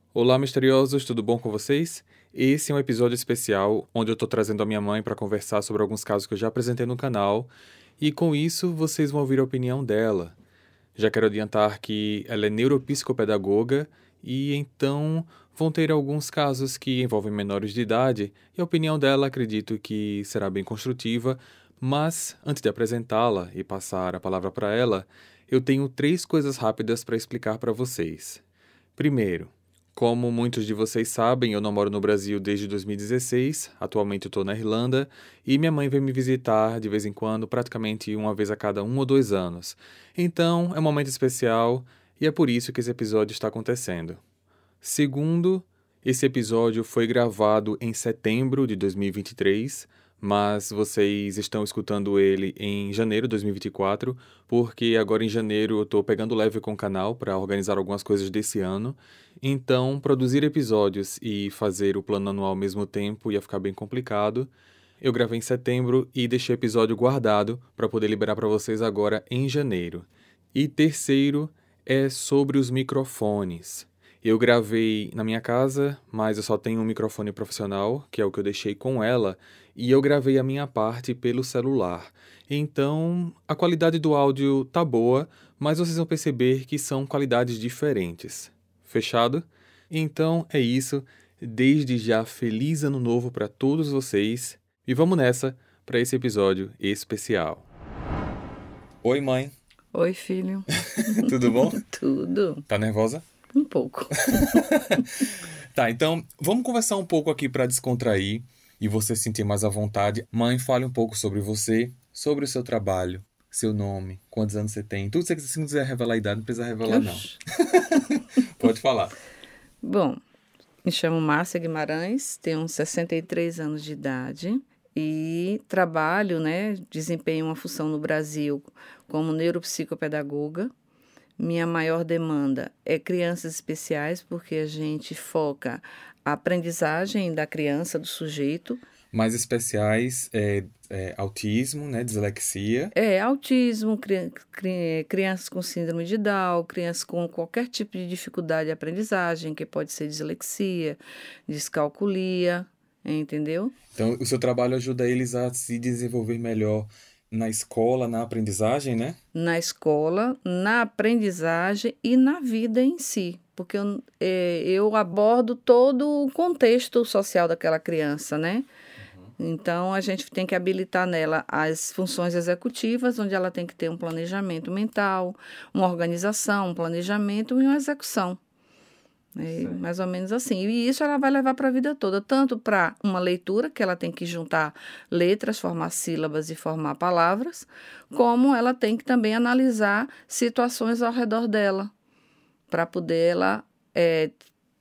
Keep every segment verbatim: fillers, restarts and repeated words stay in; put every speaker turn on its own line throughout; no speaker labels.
Olá, misteriosos, tudo bom com vocês? Esse é um episódio especial onde eu tô trazendo a minha mãe para conversar sobre alguns casos que eu já apresentei no canal e com isso vocês vão ouvir a opinião dela. Já quero adiantar que ela é neuropsicopedagoga e então vão ter alguns casos que envolvem menores de idade e a opinião dela acredito que será bem construtiva, mas antes de apresentá-la e passar a palavra para ela, eu tenho três coisas rápidas para explicar para vocês. Primeiro, como muitos de vocês sabem, eu não moro no Brasil desde dois mil e dezesseis, atualmente eu estou na Irlanda, e minha mãe vem me visitar de vez em quando, praticamente uma vez a cada um ou dois anos. Então, é um momento especial e é por isso que esse episódio está acontecendo. Segundo, esse episódio foi gravado em setembro de dois mil e vinte e três, mas vocês estão escutando ele em janeiro de dois mil e vinte e quatro, porque agora em janeiro eu estou pegando leve com o canal para organizar algumas coisas desse ano. Então, produzir episódios e fazer o plano anual ao mesmo tempo ia ficar bem complicado. Eu gravei em setembro e deixei o episódio guardado para poder liberar para vocês agora em janeiro. E terceiro é sobre os microfones. Eu gravei na minha casa, mas eu só tenho um microfone profissional, que é o que eu deixei com ela, e eu gravei a minha parte pelo celular. Então, a qualidade do áudio tá boa, mas vocês vão perceber que são qualidades diferentes. Fechado? Então é isso. Desde já, feliz ano novo para todos vocês. E vamos nessa para esse episódio especial. Oi, mãe.
Oi, filho.
Tudo bom?
Tudo.
Tá nervosa?
Um pouco.
Tá, então vamos conversar um pouco aqui para descontrair e você se sentir mais à vontade. Mãe, fale um pouco sobre você, sobre o seu trabalho, seu nome, quantos anos você tem. Tudo que você se não quiser revelar a idade, não precisa revelar, não. Pode falar.
Bom, me chamo Márcia Guimarães, tenho sessenta e três anos de idade e trabalho, né, desempenho uma função no Brasil como neuropsicopedagoga. Minha maior demanda é crianças especiais, porque a gente foca a aprendizagem da criança, do sujeito.
Mais especiais é, é autismo, né, dislexia.
É, autismo, cri, cri, crianças com síndrome de Down, crianças com qualquer tipo de dificuldade de aprendizagem, que pode ser dislexia, descalculia, entendeu?
Então, o seu trabalho ajuda eles a se desenvolver melhor na escola, na aprendizagem, né?
Na escola, na aprendizagem e na vida em si, porque eu, é, eu abordo todo o contexto social daquela criança, né? Então, a gente tem que habilitar nela as funções executivas, onde ela tem que ter um planejamento mental, uma organização, um planejamento e uma execução. É mais ou menos assim. E isso ela vai levar para a vida toda, tanto para uma leitura, que ela tem que juntar letras, formar sílabas e formar palavras, como ela tem que também analisar situações ao redor dela, para poder ela é,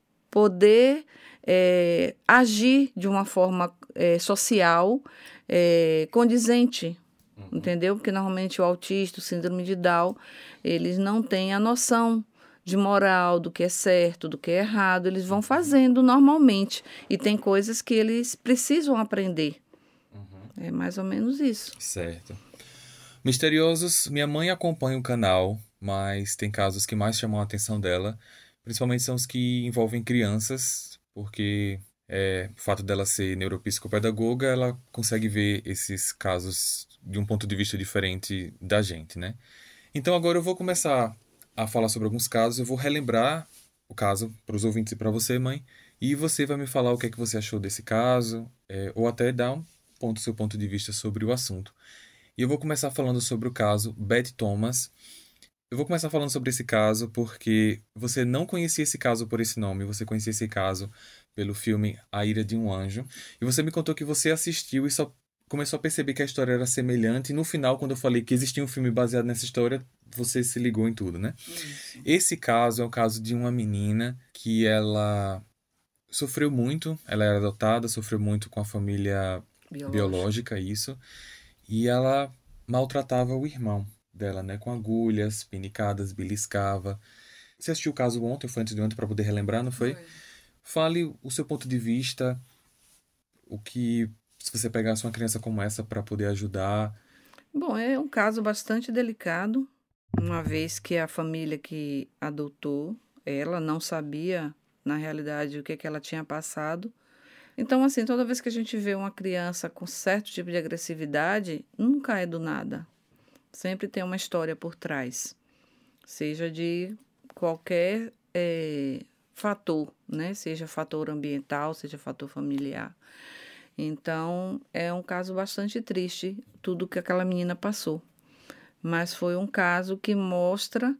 poder é, agir de uma forma é, social é, condizente, uhum. Entendeu? Porque normalmente o autista, o síndrome de Down, eles não têm a noção de moral, do que é certo, do que é errado, eles vão fazendo normalmente. E tem coisas que eles precisam aprender. Uhum. É mais ou menos isso.
Certo. Misteriosos, minha mãe acompanha o canal, mas tem casos que mais chamam a atenção dela. Principalmente são os que envolvem crianças, porque é, o fato dela ser neuropsicopedagoga, ela consegue ver esses casos de um ponto de vista diferente da gente, né? Então agora eu vou começar a falar sobre alguns casos, eu vou relembrar o caso para os ouvintes e para você, mãe, e você vai me falar o que é que você achou desse caso, é, ou até dar um ponto, seu ponto de vista sobre o assunto. E eu vou começar falando sobre o caso Beth Thomas. Eu vou começar falando sobre esse caso porque você não conhecia esse caso por esse nome, você conhecia esse caso pelo filme A Ira de um Anjo, e você me contou que você assistiu e só começou a perceber que a história era semelhante, e no final, quando eu falei que existia um filme baseado nessa história, você se ligou em tudo, né? Isso. Esse caso é o caso de uma menina que ela sofreu muito, ela era adotada, sofreu muito com a família biológica, biológica isso, e ela maltratava o irmão dela, né? Com agulhas, pinicadas, beliscava. Você assistiu o caso ontem, ou foi antes de ontem, para poder relembrar, não foi? Foi. Fale o seu ponto de vista, o que, se você pegasse uma criança como essa para poder ajudar.
Bom, é um caso bastante delicado, uma vez que a família que adotou ela não sabia, na realidade, o que, que ela tinha passado. Então, assim, toda vez que a gente vê uma criança com certo tipo de agressividade, nunca é do nada. Sempre tem uma história por trás, seja de qualquer é, fator, né? Seja fator ambiental, seja fator familiar. Então, é um caso bastante triste, tudo que aquela menina passou. Mas foi um caso que mostra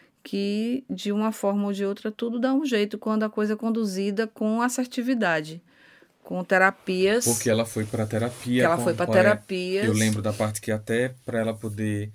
que, de uma forma ou de outra, tudo dá um jeito quando a coisa é conduzida com assertividade, com terapias.
Porque ela foi para terapia.
Que ela
com,
foi para
com,
terapias.
Eu lembro da parte que até para ela poder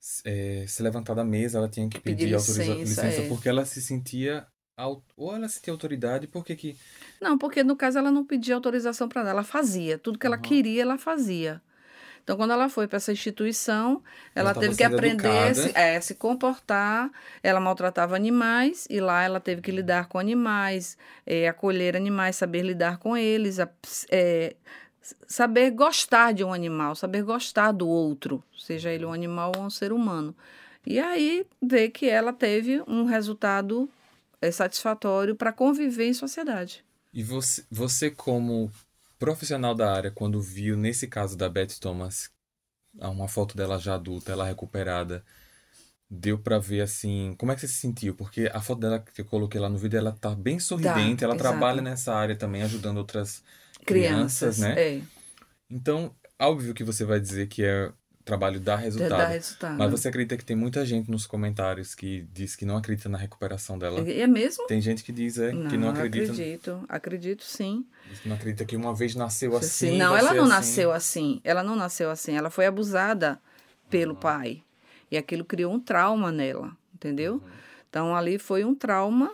é, se levantar da mesa, ela tinha que pedir,
pedir
autoriza,
licença,
licença,
é.
porque ela se sentia... Ou ela sentia autoridade, por que que...
Não, porque no caso ela não pedia autorização para nada, ela fazia. Tudo que ela
Uhum.
queria, ela fazia. Então, quando ela foi para essa instituição, ela,
Ela tava
teve que
sendo
aprender a
educada.
se, é, se comportar. Ela maltratava animais e lá ela teve que lidar com animais, é, acolher animais, saber lidar com eles, a- é, saber gostar de um animal, saber gostar do outro, seja ele um animal ou um ser humano. E aí ver que ela teve um resultado é, satisfatório para conviver em sociedade.
E você, você como profissional da área, quando viu, nesse caso da Beth Thomas, uma foto dela já adulta, ela recuperada, deu pra ver assim, como é que você se sentiu? Porque a foto dela que eu coloquei lá no vídeo, ela tá bem sorridente, ela
exato.
trabalha nessa área também, ajudando outras
Crianças,
crianças, né?
é,
Então, óbvio que você vai dizer que é trabalho dá
dá
resultado,
resultado.
mas você acredita que tem muita gente nos comentários que diz que não acredita na recuperação dela?
É mesmo?
Tem gente que diz é, que não acredita,
acredito, acredito sim.
diz que não acredita que uma vez nasceu assim,
Sim, não,
vai
ela
ser
não
assim.
nasceu assim. Ela não nasceu assim. Ela foi abusada pelo
Uhum.
pai. E aquilo criou um trauma nela, entendeu?
Uhum.
Então, ali foi um trauma,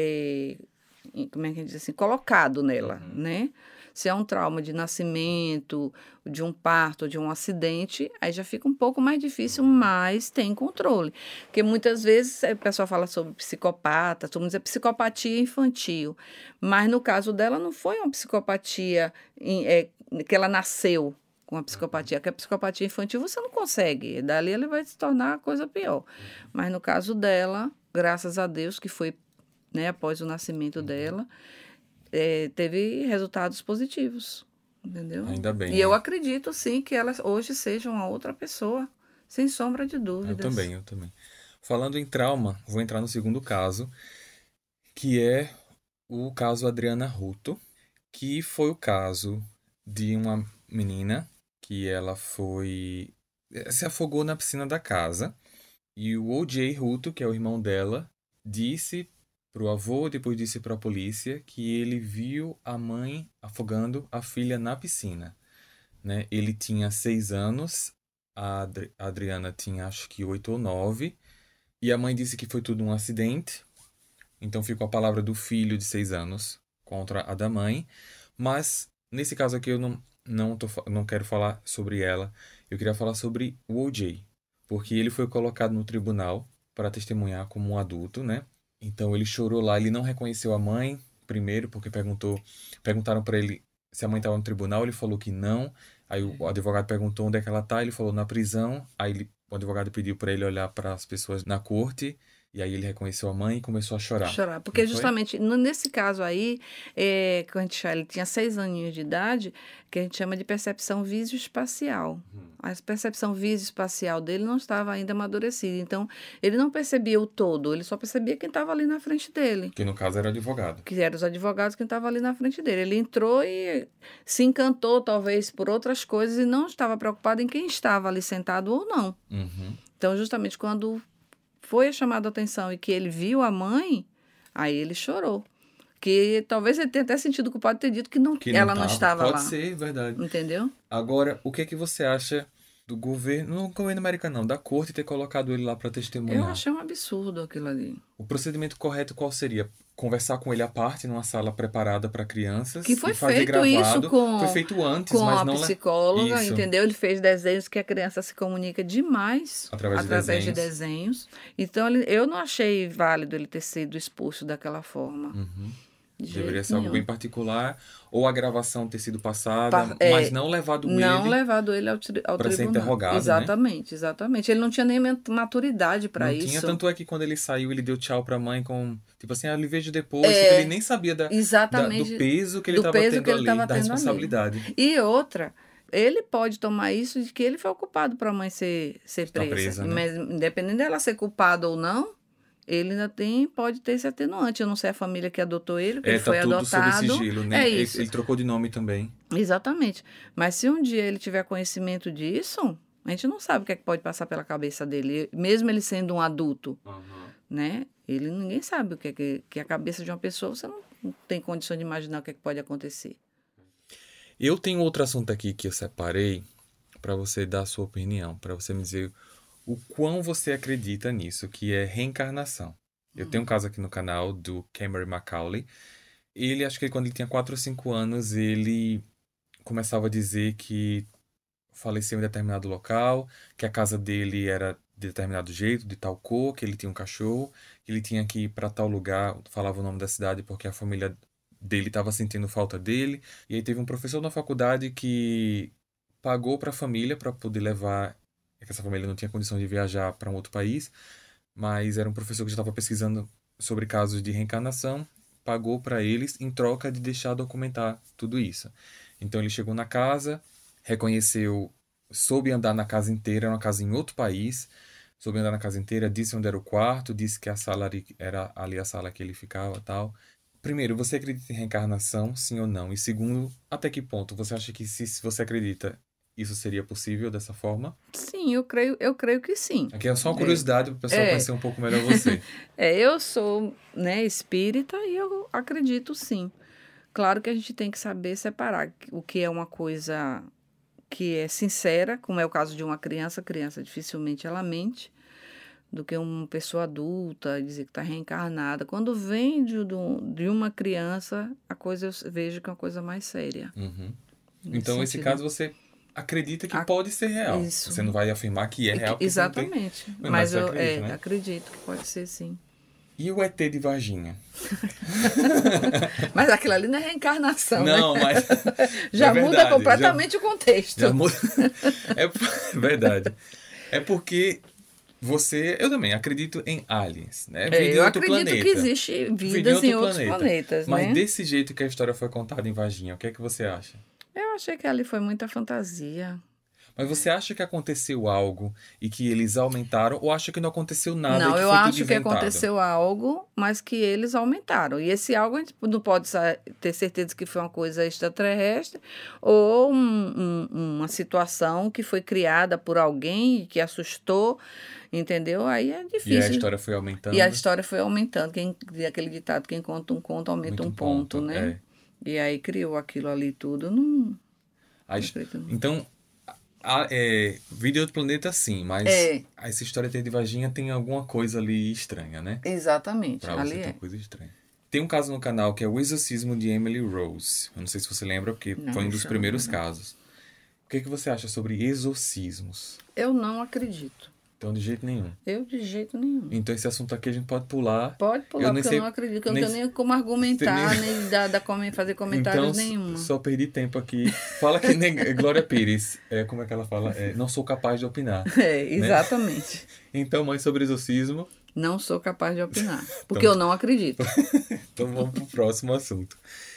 é, como é que a gente diz assim, colocado nela,
Uhum.
né? Se é um trauma de nascimento, de um parto, de um acidente, aí já fica um pouco mais difícil, mas tem controle. Porque muitas vezes o pessoal fala sobre psicopata, todo mundo diz psicopatia infantil. Mas no caso dela não foi uma psicopatia em- é, que ela nasceu com a psicopatia, que a psicopatia infantil você não consegue, dali ele vai se tornar a coisa pior. Mas no caso dela, graças a Deus, que foi, né, após o nascimento dela, é, teve resultados positivos, entendeu?
Ainda bem,
E eu
né?
acredito, sim, que ela hoje seja uma outra pessoa, sem sombra de
Eu
dúvidas.
também, eu também. Falando em trauma, vou entrar no segundo caso, que é o caso Adriana Ruto, que foi o caso de uma menina que ela foi se afogou na piscina da casa e o O J Ruto, que é o irmão dela, disse pro avô, depois disse para a polícia que ele viu a mãe afogando a filha na piscina, né? Ele tinha seis anos, a Adri- a Adriana tinha acho que oito ou nove, e a mãe disse que foi tudo um acidente. Então ficou a palavra do filho de seis anos contra a da mãe. Mas nesse caso aqui eu não, não, tô, fa- não quero falar sobre ela. Eu queria falar sobre o O J. Porque ele foi colocado no tribunal para testemunhar como um adulto, né? Então ele chorou lá. Ele não reconheceu a mãe, primeiro, porque perguntou, perguntaram para ele se a mãe estava no tribunal. Ele falou que não. Aí o o advogado perguntou onde é que ela tá. Ele falou na prisão. Aí ele- o advogado pediu para ele olhar para as pessoas na corte. E aí ele reconheceu a mãe e começou a chorar.
Chorar. Porque
Não foi?
justamente no- nesse caso aí, é, que a gente chama, ele tinha seis aninhos de idade, que a gente chama de percepção visoespacial.
Uhum.
A percepção visoespacial dele não estava ainda amadurecida. Então, ele não percebia o todo, ele só percebia quem estava ali na frente dele.
Que no caso era advogado.
Que eram os advogados que estavam ali na frente dele. Ele entrou e se encantou, talvez, por outras coisas e não estava preocupado em quem estava ali sentado ou não.
Uhum.
Então, justamente quando foi chamado a atenção e que ele viu a mãe, aí ele chorou. Que talvez ele tenha até sentido culpado de ter dito que, não,
Que não
ela não
tava.
estava
Pode
lá.
ser, verdade.
Entendeu?
Agora, o que é que você acha do governo, não do governo americano, não, da corte ter colocado ele lá para
Eu
testemunhar?
achei um absurdo aquilo ali.
O procedimento correto qual seria? Conversar com ele à parte numa sala preparada para crianças
Que foi
e fazer
feito
gravado.
isso com,
Foi feito antes,
com
mas
a
não le-
psicóloga,
Isso.
entendeu? Ele fez desenhos que a criança se comunica demais
Através de
através de
desenhos.
desenhos. Então, ele- eu não achei válido ele ter sido expulso daquela forma.
Uhum.
De
Deveria
jeito
ser algo
nenhum.
bem particular, ou a gravação ter sido passada,
Pa- é,
mas não levado
Não
ele
levado ele ao, tri- ao
para ser
tribunal.
interrogado, né?
Exatamente, exatamente. Ele não tinha nem mat- maturidade para
Não
isso.
tinha, tanto é que quando ele saiu, ele deu tchau pra mãe com... Tipo assim, ah, eu lhe vejo depois.
É,
Tipo, ele nem sabia da, da-
exatamente
do peso que ele
do
estava
peso
tendo
que ele
ali,
estava
da
tendo ali.
responsabilidade.
E outra, ele pode tomar isso de que ele foi o culpado para a mãe ser, ser
Tá
presa.
presa, né?
Mas independente dela ser culpada ou não, ele ainda tem, pode ter esse atenuante. Eu não sei a família que adotou ele, porque
É,
ele foi
tá tudo sob
adotado.
sigilo, né?
É
Ele,
isso.
ele trocou de nome também.
Exatamente. Mas se um dia ele tiver conhecimento disso, a gente não sabe o que é que pode passar pela cabeça dele. Mesmo ele sendo um adulto, né? Ele, ninguém sabe o que é que, que a cabeça de uma pessoa, você não tem condição de imaginar o que é que pode acontecer.
Eu tenho outro assunto aqui que eu separei para você dar a sua opinião, para você me dizer o quão você acredita nisso, que é reencarnação. Eu tenho um caso aqui no canal do Cameron Macaulay. Ele, acho que quando ele tinha quatro ou cinco anos, ele começava a dizer que faleceu em determinado local, que a casa dele era de determinado jeito, de tal cor, que ele tinha um cachorro, que ele tinha que ir para tal lugar, falava o nome da cidade porque a família dele estava sentindo falta dele. E aí teve um professor na faculdade que pagou para a família para poder levar, é que essa família não tinha condição de viajar para um outro país, mas era um professor que já estava pesquisando sobre casos de reencarnação, pagou para eles em troca de deixar documentar tudo isso. Então ele chegou na casa, reconheceu, soube andar na casa inteira, era uma casa em outro país, soube andar na casa inteira, disse onde era o quarto, disse que a sala ali- era ali a sala que ele ficava, tal. Primeiro, você acredita em reencarnação, sim ou não? E segundo, até que ponto você acha que se, se você acredita, isso seria possível dessa forma?
Sim, eu creio, eu creio que sim.
Aqui é só uma
É.
curiosidade para o pessoal
É.
conhecer um pouco melhor você.
É, eu sou, né, espírita e eu acredito sim. Claro que a gente tem que saber separar o que é uma coisa que é sincera, como é o caso de uma criança, criança dificilmente ela mente, do que uma pessoa adulta dizer que está reencarnada. Quando vem de, do- de uma criança, a coisa eu vejo que é uma coisa mais séria.
Uhum.
Nesse
Então, nesse
sentido.
caso, você acredita que
Ac-
pode ser real.
Isso.
Você não vai afirmar que é
E que-
real, porque você não tem...
exatamente.
Mas
Mas
você
eu
acredita,
é,
né?
acredito que pode ser sim.
E o E T de Varginha?
Mas aquilo ali não é reencarnação,
Não,
né?
mas...
Já
é
muda
verdade,
completamente o contexto.
Já muda. É p- verdade. É porque você... Eu também acredito em aliens, né? Vida
É,
em
eu
outro
acredito
planeta.
que existe vidas em outros planetas,
Mas
né?
desse jeito que a história foi contada em Varginha, o que é que você acha?
Eu achei que ali foi muita fantasia.
Mas você acha que aconteceu algo e que eles aumentaram, ou acha que não aconteceu nada e
Não,
que
eu
foi tudo
acho que
inventado?
aconteceu algo, mas que eles aumentaram. E esse algo a gente não pode sa- ter certeza que foi uma coisa extraterrestre ou um- um- uma situação que foi criada por alguém e que assustou, entendeu? Aí é
E
difícil.
a história foi aumentando.
E a história foi aumentando. Quem, aquele ditado, quem conta um conto, aumenta
Muito
um ponto, né?
é.
E aí criou aquilo ali tudo. Não,
A
não
his-
acredito, não.
Então, a, é, Vida em outro planeta, sim, mas
É.
essa história de Varginha tem alguma coisa ali estranha, né?
Exatamente,
Pra
ali
você tem
é.
uma coisa estranha. Tem um caso no canal que é o exorcismo de Emily Rose. Eu não sei se você lembra, porque
Não,
foi um dos
isso eu não
primeiros
lembro.
casos. O que, que você acha sobre exorcismos?
Eu não acredito.
Então, de jeito nenhum.
Eu de jeito nenhum.
Então, esse assunto aqui a gente pode pular.
Pode pular,
Eu nem
porque
sei-
eu não acredito, que eu
nem-
não tenho nem como argumentar,
nem-
nem dar, dar, come- fazer comentários
Então,
nenhuma.
só perdi tempo aqui. Fala que nem Glória Pires. É, como é que ela fala? É, não sou capaz de opinar.
É, exatamente.
Então, mãe, sobre exorcismo.
Não sou capaz de opinar, porque
Então-
eu não acredito.
Então, vamos pro próximo assunto.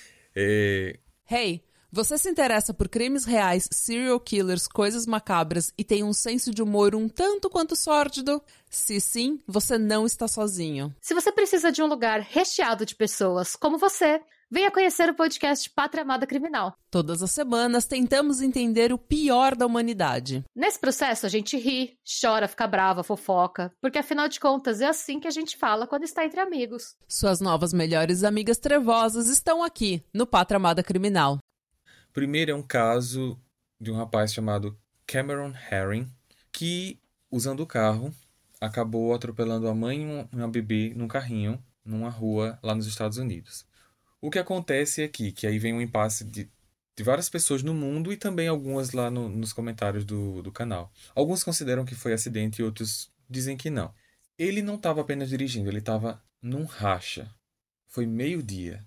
É,
Hey, você se interessa por crimes reais, serial killers, coisas macabras e tem um senso de humor um tanto quanto sórdido? Se sim, você não está sozinho.
Se você precisa de um lugar recheado de pessoas como você, venha conhecer o podcast Pátria Amada Criminal.
Todas as semanas tentamos entender o pior da humanidade.
Nesse processo, a gente ri, chora, fica brava, fofoca, porque afinal de contas é assim que a gente fala quando está entre amigos.
Suas novas melhores amigas trevosas estão aqui, no Pátria Amada Criminal.
primeiro é um caso de um rapaz chamado Cameron Herring, que, usando o carro, acabou atropelando a mãe e um- uma bebê num carrinho, numa rua lá nos Estados Unidos. O que acontece aqui, que aí vem um impasse de, de várias pessoas no mundo e também algumas lá no- nos comentários do, do canal. Alguns consideram que foi acidente e outros dizem que não. Ele não estava apenas dirigindo, ele estava num racha. Foi meio-dia,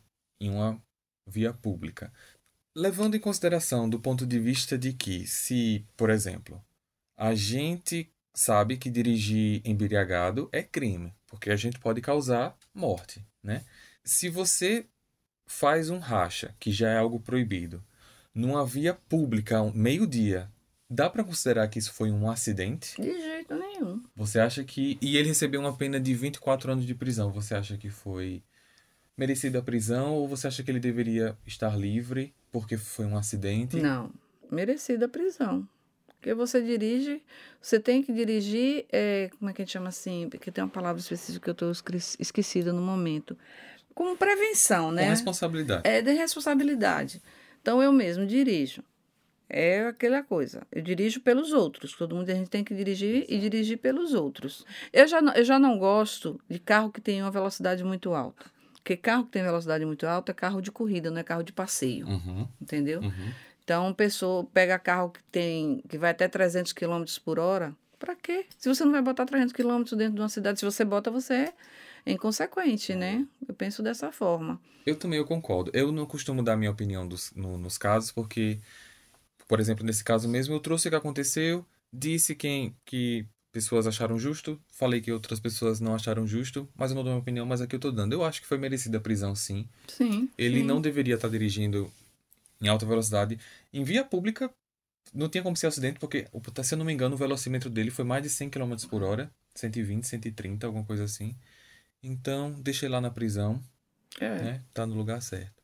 em uma via pública. Levando em consideração do ponto de vista de que, se, por exemplo, a gente sabe que dirigir embriagado é crime, porque a gente pode causar morte, né? Se você faz um racha, que já é algo proibido, numa via pública, meio-dia, dá para considerar que isso foi um acidente?
De jeito nenhum.
Você acha que... E ele recebeu uma pena de vinte e quatro anos de prisão. Você acha que foi merecida a prisão ou você acha que ele deveria estar livre porque foi um acidente?
Não, merecida a prisão. Porque você dirige, você tem que dirigir, é, como é que a gente chama assim? Porque tem uma palavra específica que eu estou esquecida no momento. Como prevenção, né?
Com responsabilidade.
É de responsabilidade. Então, eu mesmo dirijo. É aquela coisa. Eu dirijo pelos outros. Todo mundo a gente tem que dirigir e dirigir pelos outros. Eu já, não, eu já não gosto de carro que tem uma velocidade muito alta. Porque carro que tem velocidade muito alta é carro de corrida, não é carro de passeio.
Uhum.
Entendeu?
Uhum.
Então, pessoa pega carro que, tem, que vai até trezentos quilômetros por hora. Para quê? Se você não vai botar trezentos quilômetros dentro de uma cidade, se você bota, você é inconsequente, né? Eu penso dessa forma.
Eu também eu concordo. Eu não costumo dar minha opinião dos, no, nos casos, porque, por exemplo, nesse caso mesmo, eu trouxe o que aconteceu, disse quem que pessoas acharam justo, falei que outras pessoas não acharam justo, mas eu não dou minha opinião, mas aqui eu tô dando. Eu acho que foi merecida a prisão, sim.
Sim.
Ele
sim.
não deveria estar dirigindo em alta velocidade. Em via pública, não tinha como ser acidente, porque, se eu não me engano, o velocímetro dele foi mais de cem quilômetros por hora, cento e vinte, cento e trinta, alguma coisa assim. Então, deixei lá na prisão,
É.
né? Tá no lugar certo.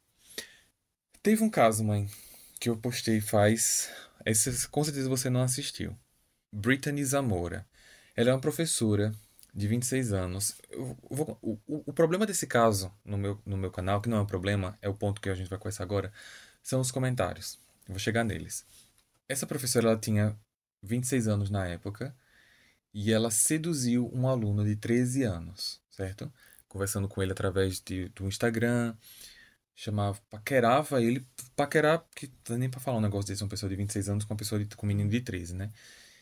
Teve um caso, mãe, que eu postei faz... Esse, com certeza você não assistiu. Brittany Zamora. Ela é uma professora de vinte e seis anos. Eu vou, o, o, o problema desse caso no meu, no meu canal, que não é um problema, é o ponto que a gente vai conversar agora, são os comentários. Eu vou chegar neles. Essa professora, ela tinha vinte e seis anos na época e ela seduziu um aluno de treze anos, certo? Conversando com ele através de, do Instagram, chamava, paquerava ele, paquerar, que não é nem pra falar um negócio desse, uma pessoa de vinte e seis anos com uma pessoa de, com um menino de treze, né?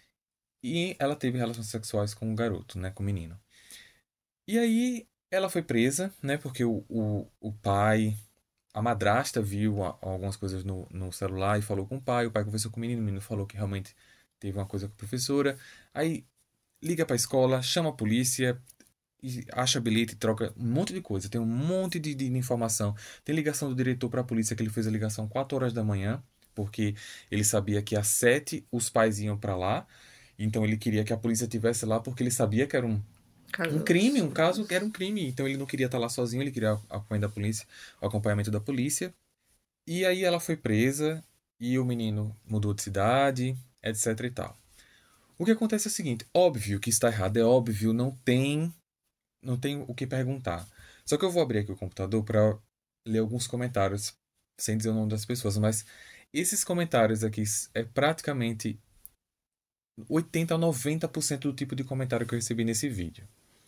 E ela teve relações sexuais com o garoto, né? Com o menino. E aí ela foi presa, né? Porque o, o, o pai... A madrasta viu a, algumas coisas no, no celular e falou com o pai. O pai conversou com o menino. O menino falou que realmente teve uma coisa com a professora. Aí liga pra escola, chama a polícia, e acha bilhete, troca um monte de coisa. Tem um monte de, de informação. Tem ligação do diretor pra polícia, que ele fez a ligação quatro horas da manhã, porque ele sabia que às sete os pais iam pra lá. Então ele queria que a polícia estivesse lá porque ele sabia que era um, um crime, um caso que era um crime. Então ele não queria estar lá sozinho, ele queria o acompanhamento da polícia, o acompanhamento da polícia. E aí ela foi presa e o menino mudou de cidade, etc e tal. O que acontece é o seguinte, óbvio que está errado, é óbvio, não tem, não tem o que perguntar. Só que eu vou abrir aqui o computador para ler alguns comentários, sem dizer o nome das pessoas, mas esses comentários aqui é praticamente oitenta a noventa por cento do tipo de comentário que eu recebi nesse vídeo.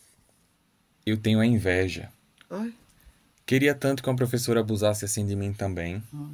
Eu tenho a inveja.
Oi?
Queria tanto que uma professora abusasse assim de mim também.
Hum.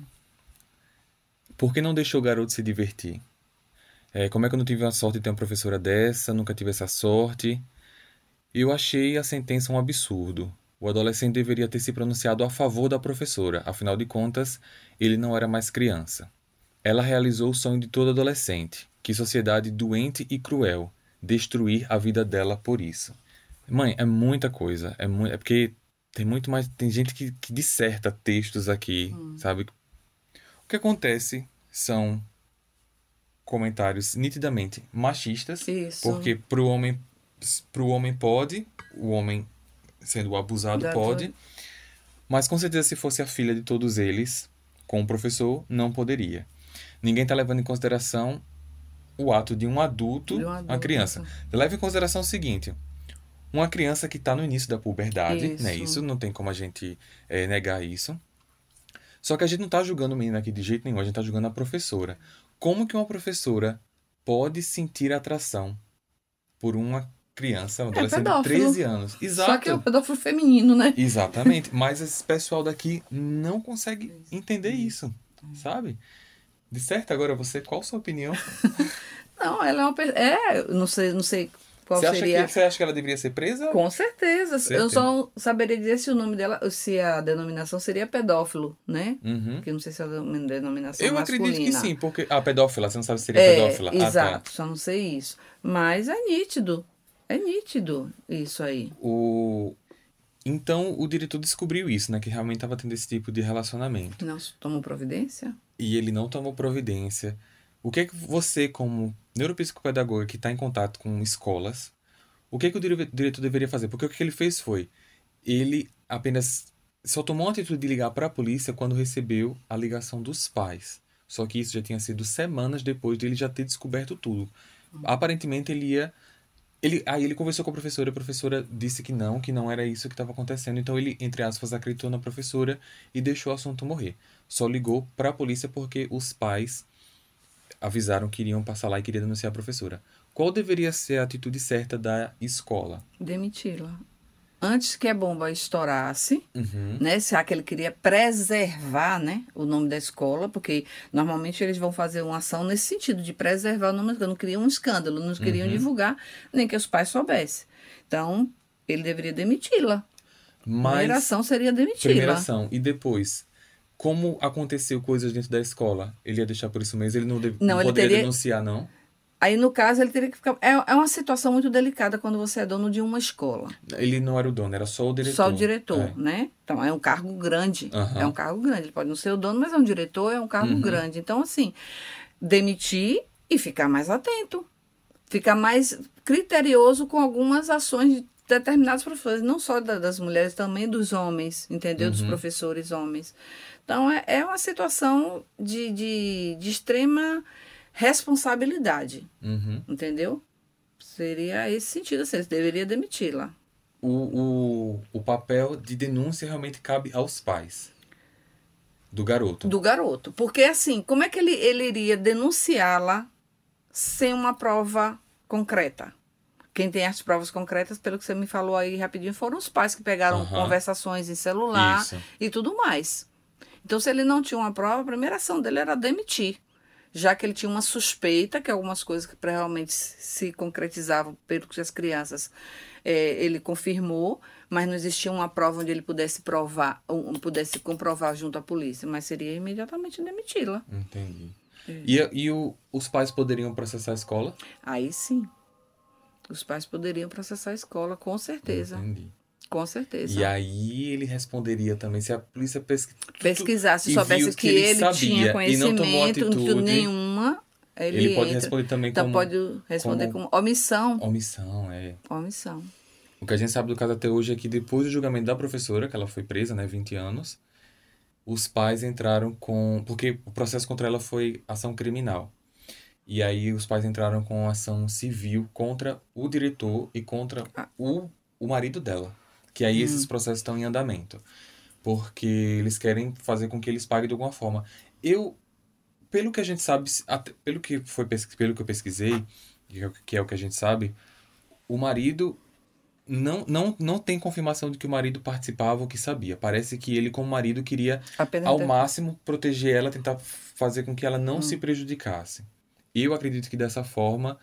Por que não deixou o garoto se divertir? É, como é que eu não tive a sorte de ter uma professora dessa? Nunca tive essa sorte. Eu achei a sentença um absurdo. O adolescente deveria ter se pronunciado a favor da professora. Afinal de contas, ele não era mais criança. Ela realizou o sonho de todo adolescente. Que sociedade doente e cruel. Destruir a vida dela por isso. Mãe, é muita coisa. É, mu- é porque tem muito mais... Tem gente que, que disserta textos aqui,
Hum.
sabe? O que acontece são comentários nitidamente machistas.
Isso.
Porque pro homem, pro homem pode, o homem sendo o abusado
Dá
pode.
tudo.
Mas com certeza se fosse a filha de todos eles, com o professor, não poderia. Ninguém está levando em consideração o ato de um adulto,
De um
uma
adulto.
criança. Leve em consideração o seguinte, uma criança que está no início da puberdade,
Isso.
né? Isso não tem como a gente é, negar isso. Só que a gente não está julgando o menino aqui de jeito nenhum, a gente está julgando a professora. Como que uma professora pode sentir atração por uma criança, um adolescente de
pedófilo.
treze anos? Exato.
Só que é o pedófilo feminino, né?
Exatamente. Mas esse pessoal daqui não consegue entender isso, sabe? De certo, agora você, qual a sua opinião?
Não, ela é uma pessoa. É, eu não sei, não sei Qual
Você acha,
seria?
que, você acha que ela deveria ser presa?
Com certeza.
Certeza.
Eu só não saberia dizer se o nome dela, se a denominação seria pedófilo, né?
Uhum.
Porque eu não sei se é a denominação
Eu
masculina.
acredito que sim, porque... Ah, pedófila, você não sabe se seria
É,
pedófila.
exato,
Ah, tá.
só não sei isso. Mas é nítido. É nítido isso aí.
O... Então, o diretor descobriu isso, né? Que realmente estava tendo esse tipo de relacionamento.
Não tomou providência?
E ele não tomou providência. O que é que você, como neuropsicopedagoga que está em contato com escolas, o que é que o dire- diretor deveria fazer? Porque o que ele fez foi, ele apenas só tomou a atitude de ligar para a polícia quando recebeu a ligação dos pais. Só que isso já tinha sido semanas depois de ele já ter descoberto tudo. Aparentemente ele ia... Ele, aí ele conversou com a professora, a professora disse que não, que não era isso que estava acontecendo. Então ele, entre aspas, acreditou na professora e deixou o assunto morrer. Só ligou para a polícia porque os pais avisaram que iriam passar lá e queriam denunciar a professora. Qual deveria ser a atitude certa da escola?
Demiti-la. Antes que a bomba estourasse,
Uhum.
né? Será que ele queria preservar, né, o nome da escola? Porque normalmente eles vão fazer uma ação nesse sentido, de preservar o nome da escola. Não queriam um escândalo, não queriam
Uhum.
divulgar, nem que os pais soubessem. Então, ele deveria demiti-la.
Mas,
Primeira ação seria
primeira
demiti-la.
ação. E depois, como aconteceu coisas dentro da escola? Ele ia deixar por isso mesmo? Ele não, deve,
Não,
não
ele
poderia
teria-
denunciar, não?
Aí, no caso, ele teria que ficar... É, é uma situação muito delicada quando você é dono de uma escola.
Ele não era o dono, era só o diretor.
Só o diretor,
É.
né? Então, é um cargo grande.
Aham.
É um cargo grande. Ele pode não ser o dono, mas é um diretor, é um cargo
Uhum.
grande. Então, assim, demitir e ficar mais atento. Ficar mais criterioso com algumas ações de determinados professores. Não só da- das mulheres, também dos homens, entendeu? Dos
Uhum.
professores homens. Então, é, é uma situação de, de, de extrema responsabilidade,
Uhum.
entendeu? Seria esse sentido, assim, ele deveria demiti-la.
O, o, o papel de denúncia realmente cabe aos pais do garoto.
Do garoto. Porque, assim, como é que ele, ele iria denunciá-la sem uma prova concreta? Quem tem as provas concretas, pelo que você me falou aí rapidinho, foram os pais que pegaram
Aham.
conversações em celular
Isso.
e tudo mais. Então, se ele não tinha uma prova, a primeira ação dele era demitir. Já que ele tinha uma suspeita que algumas coisas que realmente se concretizavam pelo que as crianças, eh, ele confirmou, mas não existia uma prova onde ele pudesse provar, um, pudesse comprovar junto à polícia, mas seria imediatamente demiti-la.
Entendi.
É.
E, e o, os pais poderiam processar a escola?
Aí sim, os pais poderiam processar a escola, com certeza.
Entendi.
Com certeza.
E aí ele responderia também se a polícia pesqui...
Pesquisar, se
e
soubesse
viu
que,
que ele
ele
sabia
tinha
e
conhecimento,
não tomou
de
atitude,
nenhuma, ele,
ele pode
entra.
responder também
Então
como
pode responder
como-
como omissão.
omissão, é.
Omissão.
O que a gente sabe do caso até hoje é que depois do julgamento da professora, que ela foi presa, né, vinte anos, os pais entraram com... Porque o processo contra ela foi ação criminal. E aí os pais entraram com ação civil contra o diretor e contra
Ah.
o, o marido dela. Que aí esses processos estão em andamento. Porque eles querem fazer com que eles paguem de alguma forma. Eu, pelo que a gente sabe, até- pelo que foi pes- pelo que eu pesquisei, que é o- que é o que a gente sabe, o marido não, não, não tem confirmação de que o marido participava ou que sabia. Parece que ele, como marido, queria
Apenas
ao
ter-
máximo proteger ela, tentar fazer com que ela não se prejudicasse. Eu acredito que dessa forma,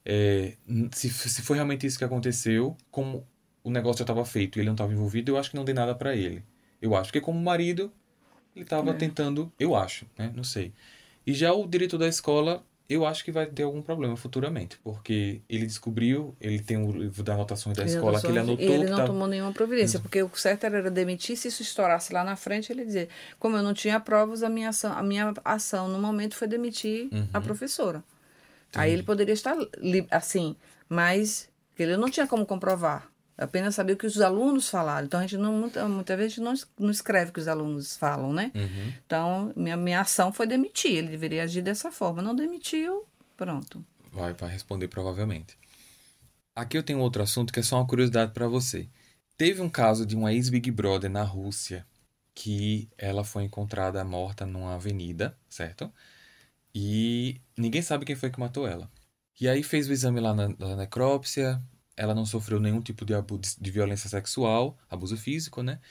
é, n- se, se foi realmente isso que aconteceu, como o negócio já estava feito e ele não estava envolvido, eu acho que não dei nada para ele. Eu acho que como marido, ele estava
É.
tentando, eu acho, né? Não sei. E já o diretor da escola, eu acho que vai ter algum problema futuramente, porque ele descobriu, ele tem o livro das anotações da
Ele
escola que ele
anotou-
anotou
E ele
que
não
tava...
tomou nenhuma providência, porque o certo era demitir, se isso estourasse lá na frente, ele dizer, como eu não tinha provas, a minha ação, a minha ação no momento foi demitir
Uhum.
a professora. Aí ele poderia estar li- assim, mas ele não tinha como comprovar. Apenas sabia o que os alunos falaram. Então, a gente não, muita, muitas vezes a gente não, es- não escreve o que os alunos falam, né?
Uhum.
Então, minha, minha ação foi demitir. Ele deveria agir dessa forma. Não demitiu, pronto.
Vai, vai responder provavelmente. Aqui eu tenho outro assunto que é só uma curiosidade para você. Teve um caso de uma ex-Big Brother na Rússia que ela foi encontrada morta numa avenida, certo? E ninguém sabe quem foi que matou ela. E aí fez o exame lá na, na necrópsia, ela não sofreu nenhum tipo de, abu- de violência sexual, abuso físico, né?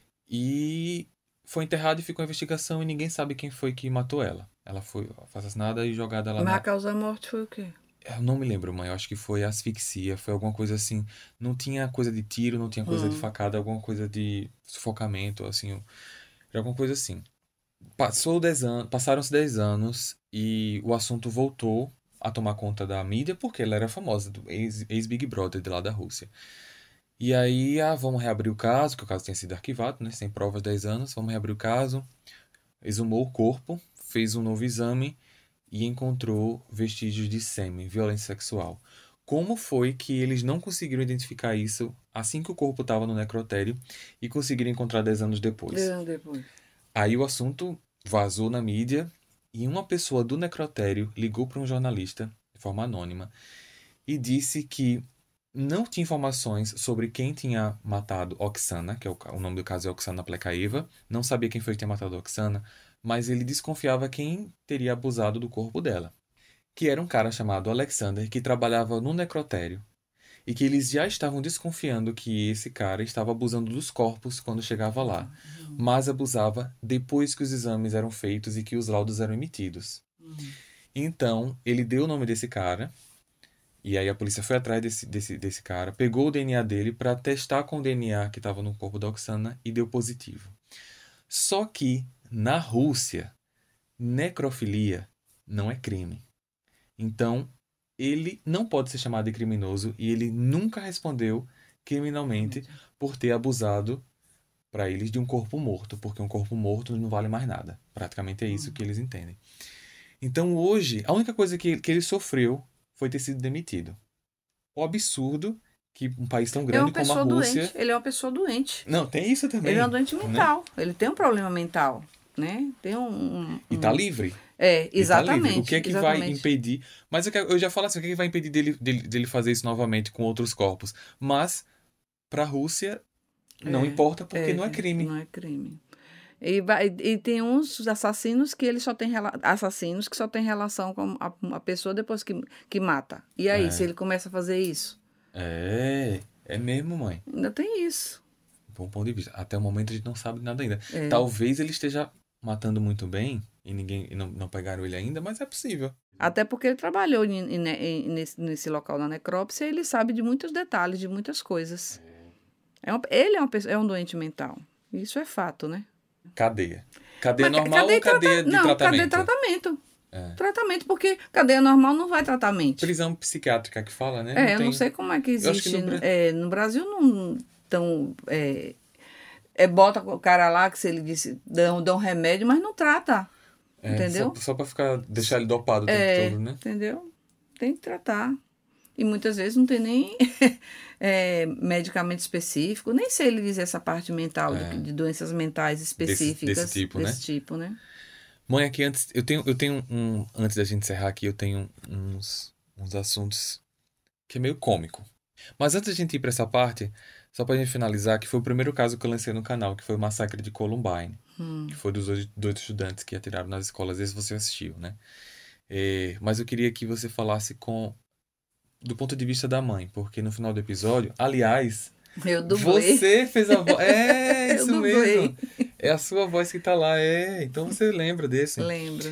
E foi enterrada e ficou a investigação e ninguém sabe quem foi que matou ela. Ela foi assassinada e jogada lá
Mas a
na...
causa da morte foi o quê?
Eu não me lembro, mãe. Eu acho que foi asfixia, foi alguma coisa assim. Não tinha coisa de tiro, não tinha coisa de
Hum.
facada, alguma coisa de sufocamento, assim. Era alguma coisa assim. Passou dez anos, passaram-se dez anos e o assunto voltou a tomar conta da mídia porque ela era famosa, do ex- ex-Big Brother de lá da Rússia. E aí, ah, vamos reabrir o caso, que o caso tinha sido arquivado, né? Sem provas, dez anos, vamos reabrir o caso. Exumou o corpo, fez um novo exame e encontrou vestígios de sêmen, violência sexual. Como foi que eles não conseguiram identificar isso assim que o corpo estava no necrotério e conseguiram encontrar dez anos depois?
Eu depois.
Aí o assunto vazou na mídia e uma pessoa do necrotério ligou para um jornalista, de forma anônima, e disse que não tinha informações sobre quem tinha matado Oksana, que é o, ca- o nome do caso é Oksana Plekaeva, não sabia quem foi que tinha matado Oksana, mas ele desconfiava quem teria abusado do corpo dela, que era um cara chamado Alexander, que trabalhava no necrotério, e que eles já estavam desconfiando que esse cara estava abusando dos corpos quando chegava lá, mas abusava depois que os exames eram feitos e que os laudos eram emitidos. Então, ele deu o nome desse cara, e aí a polícia foi atrás desse, desse, desse cara, pegou o D N A dele para testar com o D N A que estava no corpo da Oksana e deu positivo. Só que, na Rússia, necrofilia não é crime. Então, ele não pode ser chamado de criminoso e ele nunca respondeu criminalmente por ter abusado para eles de um corpo morto, porque um corpo morto não vale mais nada. Praticamente é isso que eles entendem. Então, hoje, a única coisa que, que ele sofreu foi ter sido demitido. O absurdo que um país tão
É
grande
uma
como a
pessoa
Rússia...
doente. Ele é uma pessoa doente.
Não, tem isso também.
Ele é um doente
né?
mental. Ele tem um problema mental, né? Tem um... um-
E tá
um-
livre.
É,
Ele tá livre.
exatamente.
O que é que vai
exatamente.
impedir? Mas eu, quero- eu já falo assim, o que é que vai impedir dele, dele, dele fazer isso novamente com outros corpos? Mas, pra Rússia, não
É,
importa porque não é crime.
Não é crime. E, vai- e tem uns assassinos que eles só têm rela- assassinos que só têm relação com a, a pessoa depois que, que mata. E aí,
É.
se ele começa a fazer isso?
É, é mesmo, mãe.
Ainda tem isso.
Bom ponto de vista. Até o momento a gente não sabe nada ainda.
É.
Talvez ele esteja matando muito bem e ninguém e não, não pegaram ele ainda, mas é possível.
Até porque ele trabalhou em- em- em- nesse, nesse local na necrópsia e ele sabe de muitos detalhes, de muitas coisas. É uma- ele é, uma pessoa, é um doente mental. Isso é fato, né?
Cadeia. Cadeia
Mas
normal ou
trata-
cadeia de
não,
tratamento?
cadeia de tratamento.
É.
Tratamento, porque cadeia normal não vai tratar mente.
Prisão psiquiátrica que fala, né?
É, eu
tem-
não sei como é que
Eu acho que
existe.
no Bra-
é, no Brasil não tão. É, é, bota o cara lá que se ele disse, dá, dá um remédio, mas não trata.
É,
entendeu?
Só, só pra ficar, deixar ele dopado o tempo
É,
todo, né?
entendeu? Tem que tratar. E muitas vezes não tem nem é, medicamento específico. Nem sei ele dizer essa parte mental,
É.
de, de doenças mentais específicas.
desse tipo, né?
desse tipo, né?
Mãe, aqui antes, eu tenho, eu tenho um, antes da gente encerrar aqui, eu tenho uns, uns assuntos que é meio cômico. Mas antes da gente ir pra essa parte, só pra gente finalizar, que foi o primeiro caso que eu lancei no canal, que foi o massacre de Columbine,
Hum.
que foi dos dois, dois estudantes que atiraram nas escolas, esse você assistiu, né? É, mas eu queria que você falasse com, do ponto de vista da mãe, porque no final do episódio, aliás,
Eu dublei.
você fez a voz, é,
Eu
isso
dublei.
mesmo, é a sua voz que tá lá, é, então você lembra desse.
Lembro.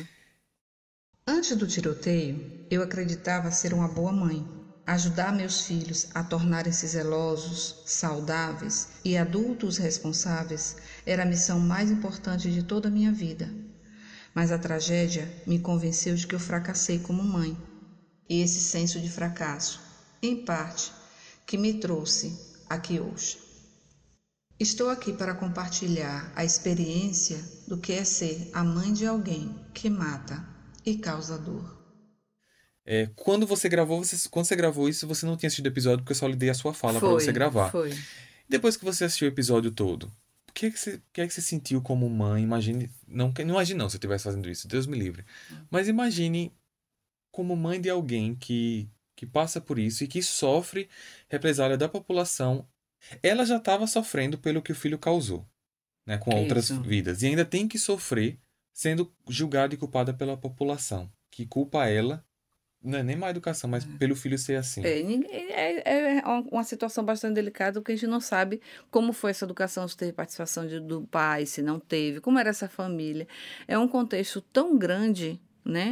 Antes do tiroteio, eu acreditava ser uma boa mãe. Ajudar meus filhos a tornarem-se zelosos, saudáveis e adultos responsáveis era a missão mais importante de toda a minha vida. Mas a tragédia me convenceu de que eu fracassei como mãe. E esse senso de fracasso, em parte, que me trouxe aqui hoje. Estou aqui para compartilhar a experiência do que é ser a mãe de alguém que mata e causa dor.
É, quando você gravou, você, quando você gravou isso, você não tinha assistido o episódio porque eu só lhe dei a sua fala pra
Foi,
você gravar.
Foi.
Depois que você assistiu o episódio todo, o que é que você, o que é que você sentiu como mãe? Imagine, não, não imagine não se eu estivesse fazendo isso, Deus me livre. Mas imagine como mãe de alguém que, que passa por isso e que sofre represália da população. Ela já estava sofrendo pelo que o filho causou, né, com
Que
outras
isso.
vidas. E ainda tem que sofrer sendo julgada e culpada pela população, que culpa ela, não é nem má educação, mas pelo filho ser assim.
É, ninguém- é, é uma situação bastante delicada, porque a gente não sabe como foi essa educação, se teve participação de- do pai, se não teve, como era essa família. É um contexto tão grande, né?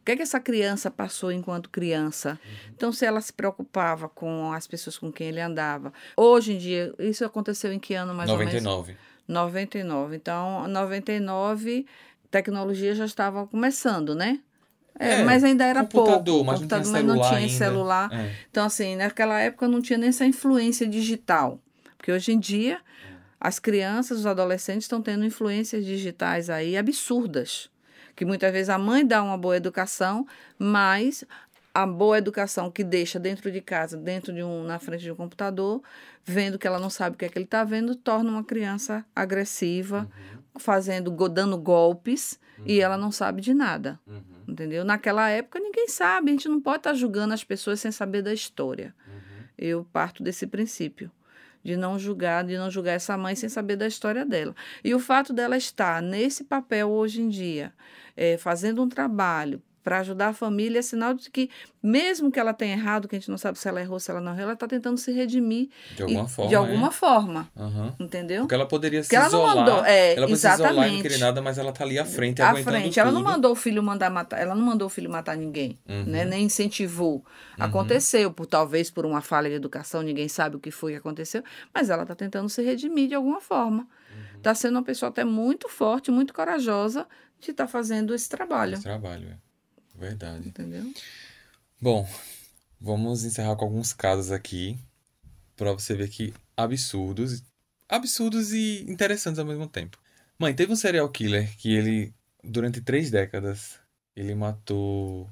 O que é que essa criança passou enquanto criança? Uhum. Então, se ela se preocupava com as pessoas com quem ele andava. Hoje em dia, isso aconteceu em que ano mais
noventa e
ou
nove.
menos? noventa e nove. Então, noventa e nove, tecnologia já estava começando, né? É,
É,
mas ainda era
computador,
pouco.
Mas
computador,
não tinha
mas não tinha
ainda.
celular.
É.
Então, assim, naquela época não tinha nem essa influência digital. Porque hoje em dia, as crianças, os adolescentes estão tendo influências digitais aí absurdas. Que muitas vezes a mãe dá uma boa educação, mas a boa educação que deixa dentro de casa, dentro de um, na frente de um computador, vendo que ela não sabe o que é que ele está vendo, torna uma criança agressiva, uhum. fazendo, dando golpes, uhum. e ela não sabe de nada. Uhum. Entendeu? Naquela época ninguém sabe, a gente não pode estar julgando as pessoas sem saber da história. Uhum. Eu parto desse princípio. De não julgar, de não julgar essa mãe sem saber da história dela. E o fato dela estar nesse papel hoje em dia, é, fazendo um trabalho para ajudar a família, é sinal de que, mesmo que ela tenha errado, que a gente não sabe se ela errou, se ela não errou, ela está tentando se redimir.
De alguma
e,
forma.
De alguma
é.
forma.
Uhum.
Entendeu?
Porque ela poderia
Porque
se
ela
isolar.
Não mandou, é,
ela
exatamente.
se isolar e não querer nada, mas ela está ali à frente,
à
aguentando
frente.
tudo.
Ela não mandou o filho mandar matar, ela não mandou o filho matar ninguém, uhum. né? Nem incentivou. Uhum. Aconteceu, por, talvez por uma falha de educação, ninguém sabe o que foi que aconteceu, mas ela está tentando se redimir de alguma forma. Está uhum. sendo uma pessoa até muito forte, muito corajosa de estar tá fazendo esse trabalho.
Esse trabalho, é. Verdade.
Entendeu?
Bom, vamos encerrar com alguns casos aqui para você ver que absurdos, absurdos e interessantes ao mesmo tempo. Mãe, teve um serial killer que ele, durante três décadas, ele matou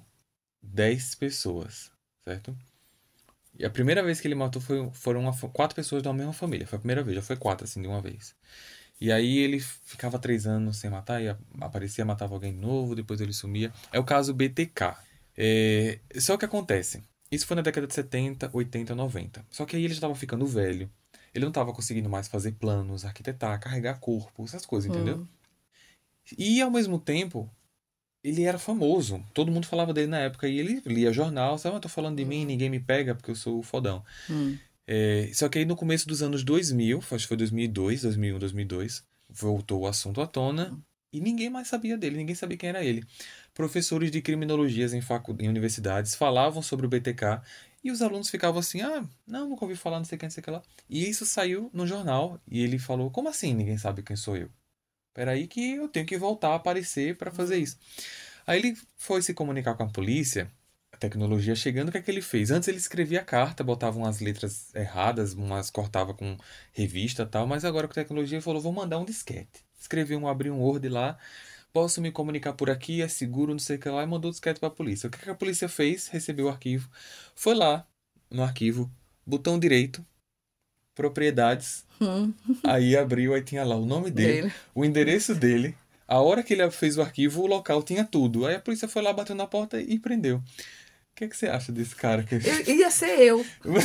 dez pessoas, certo? E a primeira vez que ele matou foi, foram uma, quatro pessoas da mesma família. Foi a primeira vez, já foi quatro assim de uma vez. E aí ele ficava três anos sem matar, e aparecia, matava alguém novo, depois ele sumia. É o caso B T K. É... Só que acontece, isso foi na década de setenta, oitenta, noventa. Só que aí ele já estava ficando velho. Ele não estava conseguindo mais fazer planos, arquitetar, carregar corpo, essas coisas, entendeu? Hum. E ao mesmo tempo, ele era famoso. Todo mundo falava dele na época. E ele lia jornal, sabe? Eu tô falando de hum. mim, ninguém me pega porque eu sou o fodão. Hum. É, só que aí no começo dos anos dois mil, acho que foi dois mil e dois, dois mil e um, dois mil e dois, voltou o assunto à tona e ninguém mais sabia dele, ninguém sabia quem era ele. Professores de criminologias em, facu... em universidades falavam sobre o B T K e os alunos ficavam assim, ah, não, nunca ouvi falar, não sei quem, não sei o que lá. E isso saiu no jornal e ele falou, como assim ninguém sabe quem sou eu? Peraí que eu tenho que voltar a aparecer para fazer isso. Aí ele foi se comunicar com a polícia, tecnologia chegando, o que é que ele fez? Antes ele escrevia a carta, botava umas letras erradas, umas cortava com revista e tal, mas agora com a tecnologia ele falou, vou mandar um disquete. Escreveu um, abriu um Word lá, posso me comunicar por aqui, é seguro, não sei o que lá, e mandou o disquete para a polícia. O que, é que a polícia fez? Recebeu o arquivo, foi lá no arquivo, botão direito, propriedades, hum. aí abriu, aí tinha lá o nome dele, dele, o endereço dele, a hora que ele fez o arquivo, o local tinha tudo. Aí a polícia foi lá, bateu na porta e prendeu. O que, é que você acha desse cara? Que...
Eu, ia ser eu.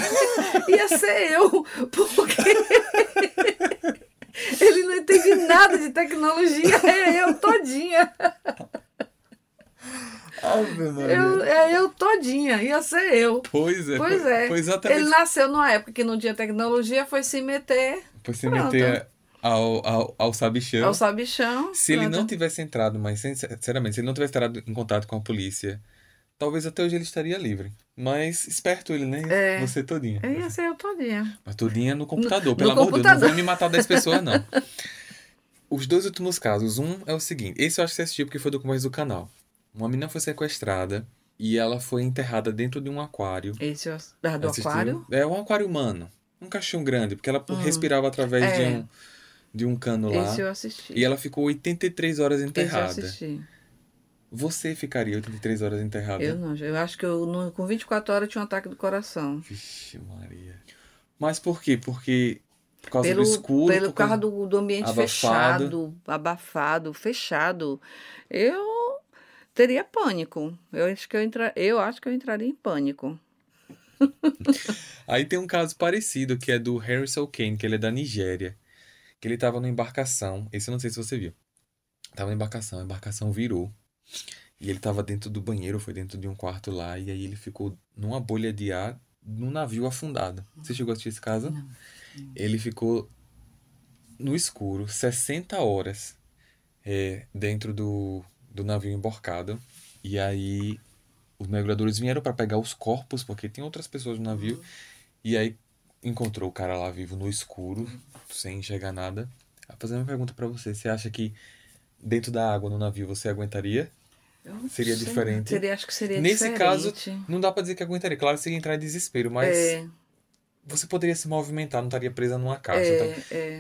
ia ser eu. Porque ele não entende nada de tecnologia. É eu todinha.
Ave Maria.
Eu, é eu todinha. Ia ser eu.
Pois é.
Pois é.
Foi exatamente...
Ele nasceu numa época que não tinha tecnologia, foi se meter.
Foi se Pronto. meter ao, ao, ao sabichão.
Ao sabichão.
Se Pronto. ele não tivesse entrado, mas sinceramente, se ele não tivesse entrado em contato com a polícia... Talvez até hoje ele estaria livre. Mas esperto ele, né? É. Você todinha.
Eu ia ser eu todinha.
Mas todinha no computador, no, pelo
no
amor de Deus. Não vem me matar dez pessoas, não.
Os
Os dois últimos casos. Um é o seguinte. Esse eu acho que você assistiu porque foi do começo do canal. Uma menina foi sequestrada e ela foi enterrada dentro de um aquário.
Esse eu... Ah, do assistiu? Aquário?
É um aquário humano. Um caixão grande. Porque ela hum. respirava através é. de, um, de um cano lá.
Esse eu assisti.
E ela ficou oitenta e três horas enterrada.
Esse eu assisti.
Você ficaria oitenta e três horas enterrada?
Eu não, eu acho que eu, no, com vinte e quatro horas eu tinha um ataque do coração.
Vixe Maria. Mas por quê? Porque por causa
pelo,
do escuro?
Pelo
por causa
do, do ambiente abafado. fechado, abafado, fechado. Eu teria pânico. Eu acho que eu, entra, eu, acho que eu entraria em pânico.
Aí tem um caso parecido, que é do Harrison Kane, que ele é da Nigéria. Que ele tava numa embarcação. Esse eu não sei se você viu. Tava na embarcação, a embarcação virou. E ele tava dentro do banheiro, foi dentro de um quarto lá. E aí ele ficou numa bolha de ar num navio afundado. Você chegou a assistir esse caso?
Não, não.
Ele ficou no escuro sessenta horas é, dentro do, do navio embarcado. E aí os mergulhadores vieram para pegar os corpos, porque tem outras pessoas no navio. Uhum. E aí encontrou o cara lá vivo no escuro, uhum. sem enxergar nada. Vou fazer uma pergunta para você. Você acha que dentro da água no navio você aguentaria?
Eu
seria
sei,
diferente?
Seria, acho que seria
Nesse
diferente.
caso, não dá para dizer que aguentaria. Claro que você ia entrar em desespero, mas
é.
você poderia se movimentar, não estaria presa numa caixa.
É,
tá?
é.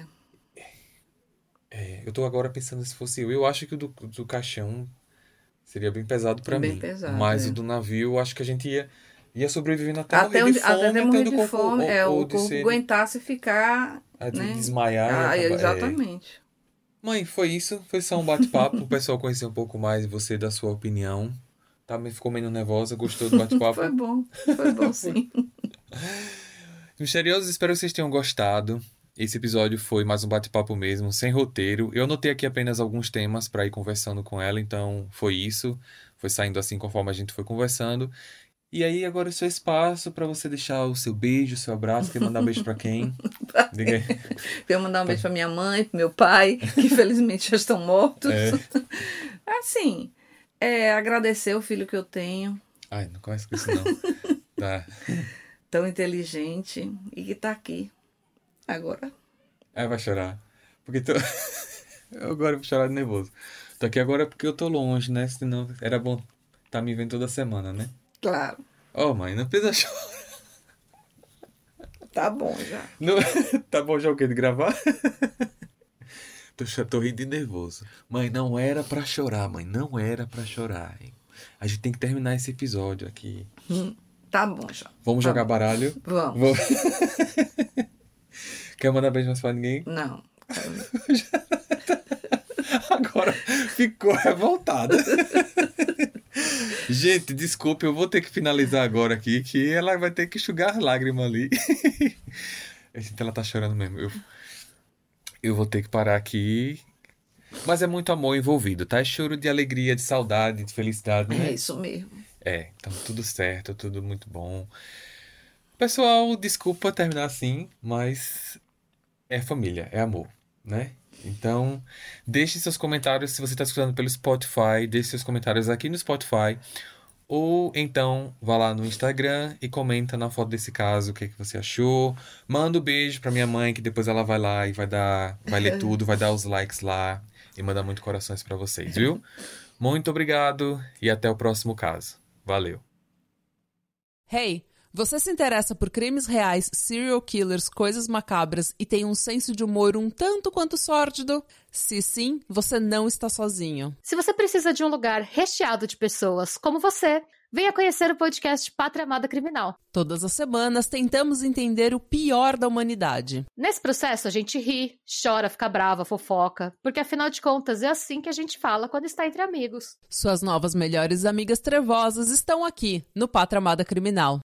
É, eu tô agora pensando se fosse eu. Eu acho que o do, do caixão seria bem pesado para mim.
Pesado,
mas
é.
o do navio, eu acho que a gente ia, ia sobrevivendo até,
até
morrer de
onde,
fome,
até
até
morrer
do
de
corpo,
fome,
ou,
é,
ou
o
de
corpo
ser,
aguentasse ficar,
a de
né?
desmaiar.
Ah,
e acabar,
exatamente.
É. Mãe, foi isso. Foi só um bate-papo. O pessoal conhecer um pouco mais de você, da sua opinião. Tá, ficou meio nervosa, gostou do bate-papo?
Foi bom, foi bom sim.
Misteriosos, espero que vocês tenham gostado. Esse episódio foi mais um bate-papo mesmo, sem roteiro. Eu anotei aqui apenas alguns temas para ir conversando com ela, então foi isso. Foi saindo assim conforme a gente foi conversando. E aí agora é o seu espaço para você deixar o seu beijo, o seu abraço. Quer mandar um beijo para quem? Diga aí.
Quero mandar um beijo para minha mãe, para meu pai, que infelizmente já estão mortos.
É.
Assim, é, agradecer o filho que eu tenho.
Ai, não começa com isso não. Tá.
Tão inteligente e que tá aqui. Agora.
É, vai chorar. Porque tô... eu agora vou chorar de nervoso. Tô aqui agora porque eu tô longe, né? Senão era bom tá me vendo toda semana, né?
Claro.
Oh, mãe, não precisa chorar.
Tá bom já.
Não... Tá bom já o quê? De gravar? tô, tô rindo de nervoso. Mãe, não era pra chorar, mãe. Não era pra chorar, hein? A gente tem que terminar esse episódio aqui.
Hum, tá bom já.
Vamos
tá
jogar
bom.
baralho?
Vamos.
Vamos. Quer mandar beijo mais pra ninguém?
Não.
Agora ficou revoltada. Gente, desculpe, eu vou ter que finalizar agora aqui, que ela vai ter que enxugar lágrima ali. Gente, ela tá chorando mesmo. Eu, eu vou ter que parar aqui. Mas é muito amor envolvido, tá? É choro de alegria, de saudade, de felicidade, né?
É isso mesmo.
É, então tudo certo, tudo muito bom. Pessoal, desculpa terminar assim, mas é família, é amor, né? Então, deixe seus comentários se você está escutando pelo Spotify, deixe seus comentários aqui no Spotify, ou então vá lá no Instagram e comenta na foto desse caso o que, é que você achou. Manda um beijo pra minha mãe, que depois ela vai lá e vai dar, vai ler tudo, vai dar os likes lá e mandar muito corações pra vocês, viu? Muito obrigado e até o próximo caso. Valeu!
Hey! Você se interessa por crimes reais, serial killers, coisas macabras e tem um senso de humor um tanto quanto sórdido? Se sim, você não está sozinho.
Se você precisa de um lugar recheado de pessoas como você, venha conhecer o podcast Pátria Amada Criminal.
Todas as semanas tentamos entender o pior da humanidade.
Nesse processo a gente ri, chora, fica brava, fofoca, porque afinal de contas é assim que a gente fala quando está entre amigos.
Suas novas melhores amigas trevosas estão aqui no Pátria Amada Criminal.